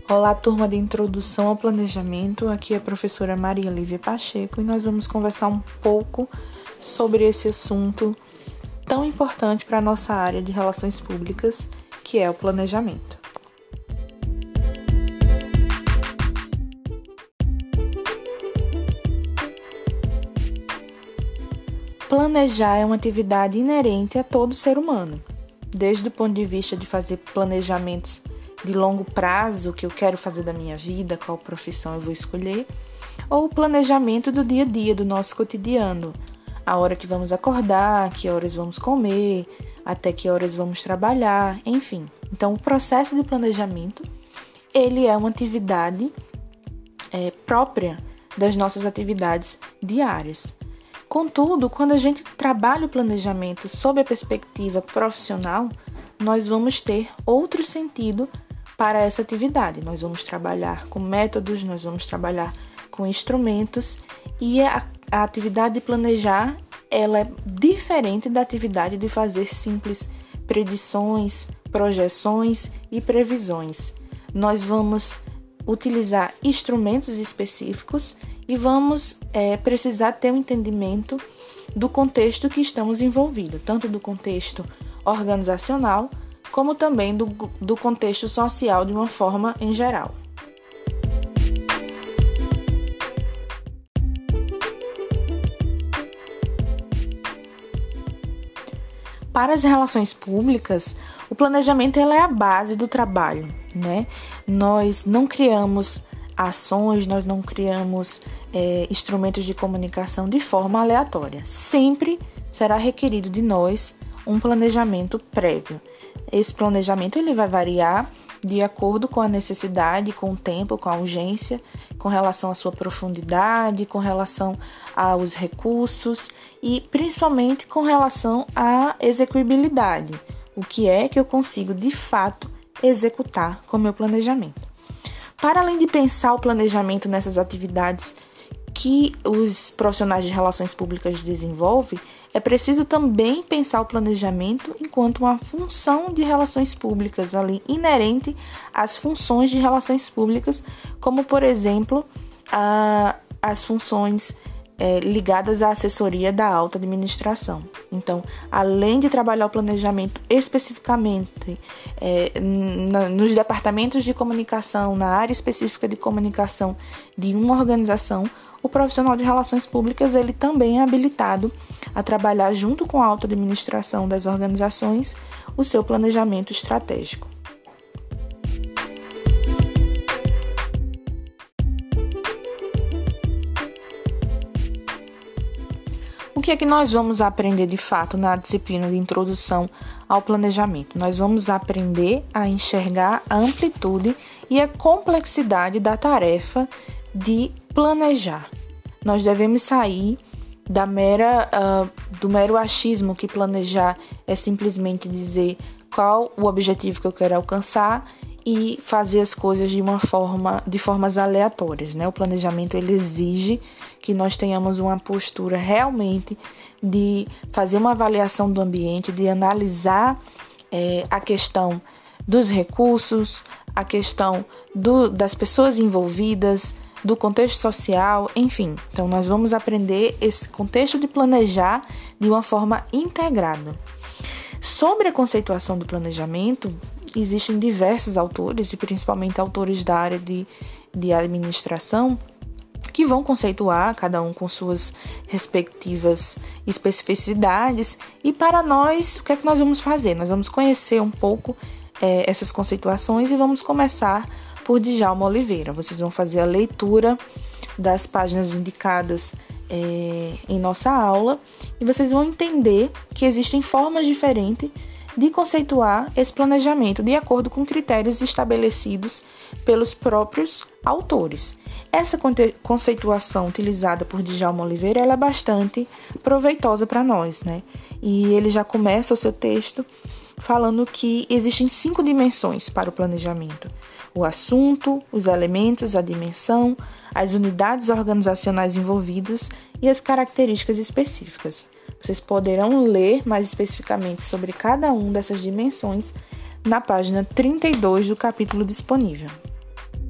Olá, turma de Introdução ao Planejamento. Aqui é a professora Maria Lívia Pacheco e nós vamos conversar um pouco sobre esse assunto tão importante para a nossa área de relações públicas, que é o planejamento. Planejar é uma atividade inerente a todo ser humano, desde o ponto de vista de fazer planejamentos de longo prazo, o que eu quero fazer da minha vida, qual profissão eu vou escolher, ou o planejamento do dia a dia, do nosso cotidiano, a hora que vamos acordar, que horas vamos comer, até que horas vamos trabalhar, enfim. Então, o processo de planejamento, ele é uma atividade própria das nossas atividades diárias. Contudo, quando a gente trabalha o planejamento sob a perspectiva profissional, nós vamos ter outro sentido para essa atividade. Nós vamos trabalhar com métodos, nós vamos trabalhar com instrumentos e a atividade de planejar, ela é diferente da atividade de fazer simples predições, projeções e previsões. Nós vamos utilizar instrumentos específicos e vamos precisar ter um entendimento do contexto que estamos envolvidos, tanto do contexto organizacional, como também do contexto social de uma forma em geral. Para as relações públicas, o planejamento é a base do trabalho, né? Nós não criamos ações, nós não criamos instrumentos de comunicação de forma aleatória. Sempre será requerido de nós um planejamento prévio. Esse planejamento ele vai variar de acordo com a necessidade, com o tempo, com a urgência, com relação à sua profundidade, com relação aos recursos e principalmente com relação à execuibilidade. O que é que eu consigo de fato executar com o meu planejamento. Para além de pensar o planejamento nessas atividades que os profissionais de relações públicas desenvolvem, é preciso também pensar o planejamento enquanto uma função de relações públicas ali inerente às funções de relações públicas, como por exemplo as funções ligadas à assessoria da alta administração. Então, além de trabalhar o planejamento especificamente nos departamentos de comunicação, na área específica de comunicação de uma organização, o profissional de relações públicas ele também é habilitado a trabalhar junto com a alta administração das organizações o seu planejamento estratégico. O que é que nós vamos aprender de fato na disciplina de introdução ao planejamento? Nós vamos aprender a enxergar a amplitude e a complexidade da tarefa de planejar. Nós devemos sair do mero achismo que planejar é simplesmente dizer qual o objetivo que eu quero alcançar e fazer as coisas de formas aleatórias, né? O planejamento ele exige que nós tenhamos uma postura realmente de fazer uma avaliação do ambiente, de analisar a questão dos recursos, a questão das pessoas envolvidas, do contexto social, enfim. Então, nós vamos aprender esse contexto de planejar de uma forma integrada. Sobre a conceituação do planejamento, existem diversos autores, e principalmente autores da área de administração, que vão conceituar, cada um com suas respectivas especificidades. E para nós, o que é que nós vamos fazer? Nós vamos conhecer um pouco essas conceituações e vamos começar por Djalma Oliveira. Vocês vão fazer a leitura das páginas indicadas em nossa aula e vocês vão entender que existem formas diferentes de conceituar esse planejamento de acordo com critérios estabelecidos pelos próprios autores. Essa conceituação utilizada por Djalma Oliveira ela é bastante proveitosa para nós, né? E ele já começa o seu texto falando que existem 5 dimensões para o planejamento: o assunto, os elementos, a dimensão, as unidades organizacionais envolvidas e as características específicas. Vocês poderão ler mais especificamente sobre cada uma dessas dimensões na página 32 do capítulo disponível.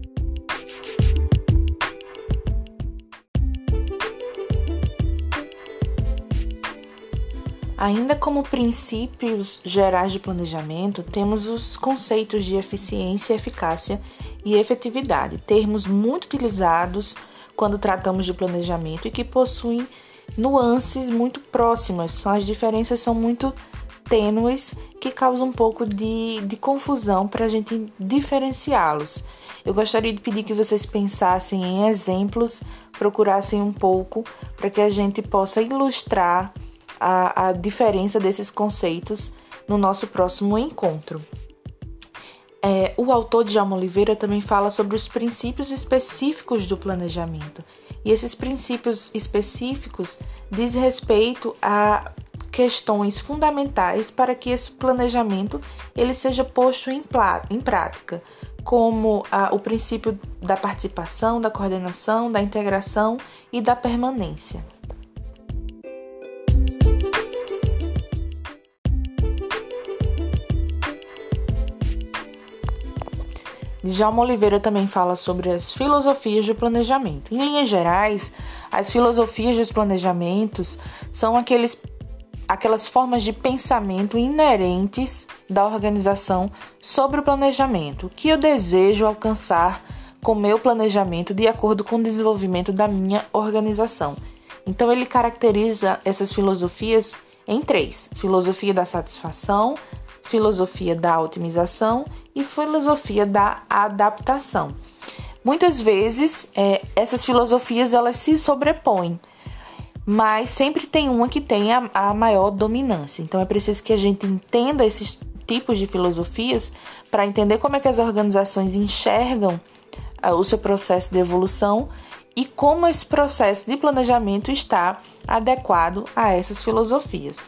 Ainda como princípios gerais de planejamento, temos os conceitos de eficiência, eficácia e efetividade, termos muito utilizados quando tratamos de planejamento e que possuem nuances muito próximas. As diferenças são muito tênues que causam um pouco de confusão para a gente diferenciá-los. Eu gostaria de pedir que vocês pensassem em exemplos, procurassem um pouco para que a gente possa ilustrar a diferença desses conceitos no nosso próximo encontro. O autor Djalma Oliveira também fala sobre os princípios específicos do planejamento. E esses princípios específicos diz respeito a questões fundamentais para que esse planejamento ele seja posto em prática, como o princípio da participação, da coordenação, da integração e da permanência. Djalma Oliveira também fala sobre as filosofias do planejamento. Em linhas gerais, as filosofias dos planejamentos são aquelas formas de pensamento inerentes da organização sobre o planejamento, que eu desejo alcançar com meu planejamento de acordo com o desenvolvimento da minha organização. Então, ele caracteriza essas filosofias em 3: filosofia da satisfação, filosofia da otimização e filosofia da adaptação. Muitas vezes, essas filosofias elas se sobrepõem, mas sempre tem uma que tem a maior dominância. Então, é preciso que a gente entenda esses tipos de filosofias para entender como é que as organizações enxergam o seu processo de evolução e como esse processo de planejamento está adequado a essas filosofias.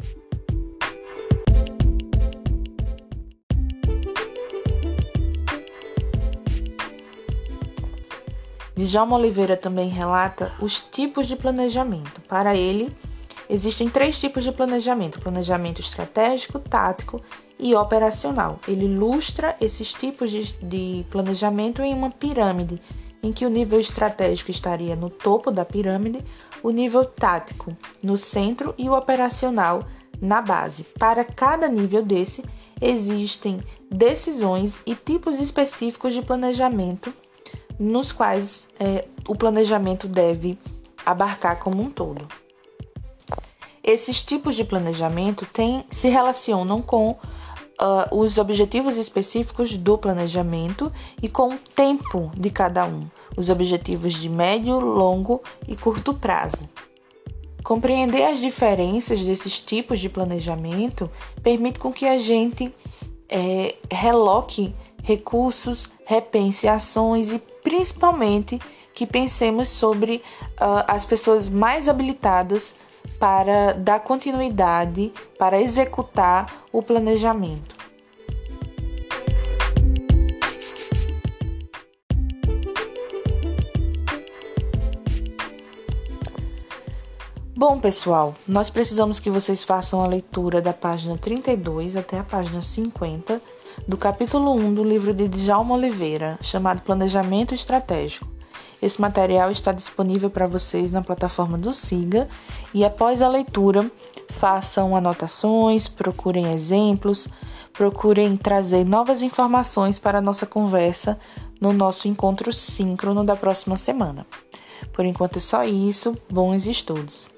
Djalma Oliveira também relata os tipos de planejamento. Para ele, existem 3 tipos de planejamento: planejamento estratégico, tático e operacional. Ele ilustra esses tipos de planejamento em uma pirâmide, em que o nível estratégico estaria no topo da pirâmide, o nível tático no centro e o operacional na base. Para cada nível desse, existem decisões e tipos específicos de planejamento nos quais o planejamento deve abarcar como um todo. Esses tipos de planejamento se relacionam com os objetivos específicos do planejamento e com o tempo de cada um, os objetivos de médio, longo e curto prazo. Compreender as diferenças desses tipos de planejamento permite com que a gente reloque recursos, repense ações e principalmente que pensemos sobre as pessoas mais habilitadas para dar continuidade, para executar o planejamento. Bom, pessoal, nós precisamos que vocês façam a leitura da página 32 até a página 50 do capítulo 1 do livro de Djalma Oliveira, chamado Planejamento Estratégico. Esse material está disponível para vocês na plataforma do Siga e após a leitura, façam anotações, procurem exemplos, procurem trazer novas informações para a nossa conversa no nosso encontro síncrono da próxima semana. Por enquanto é só isso, bons estudos!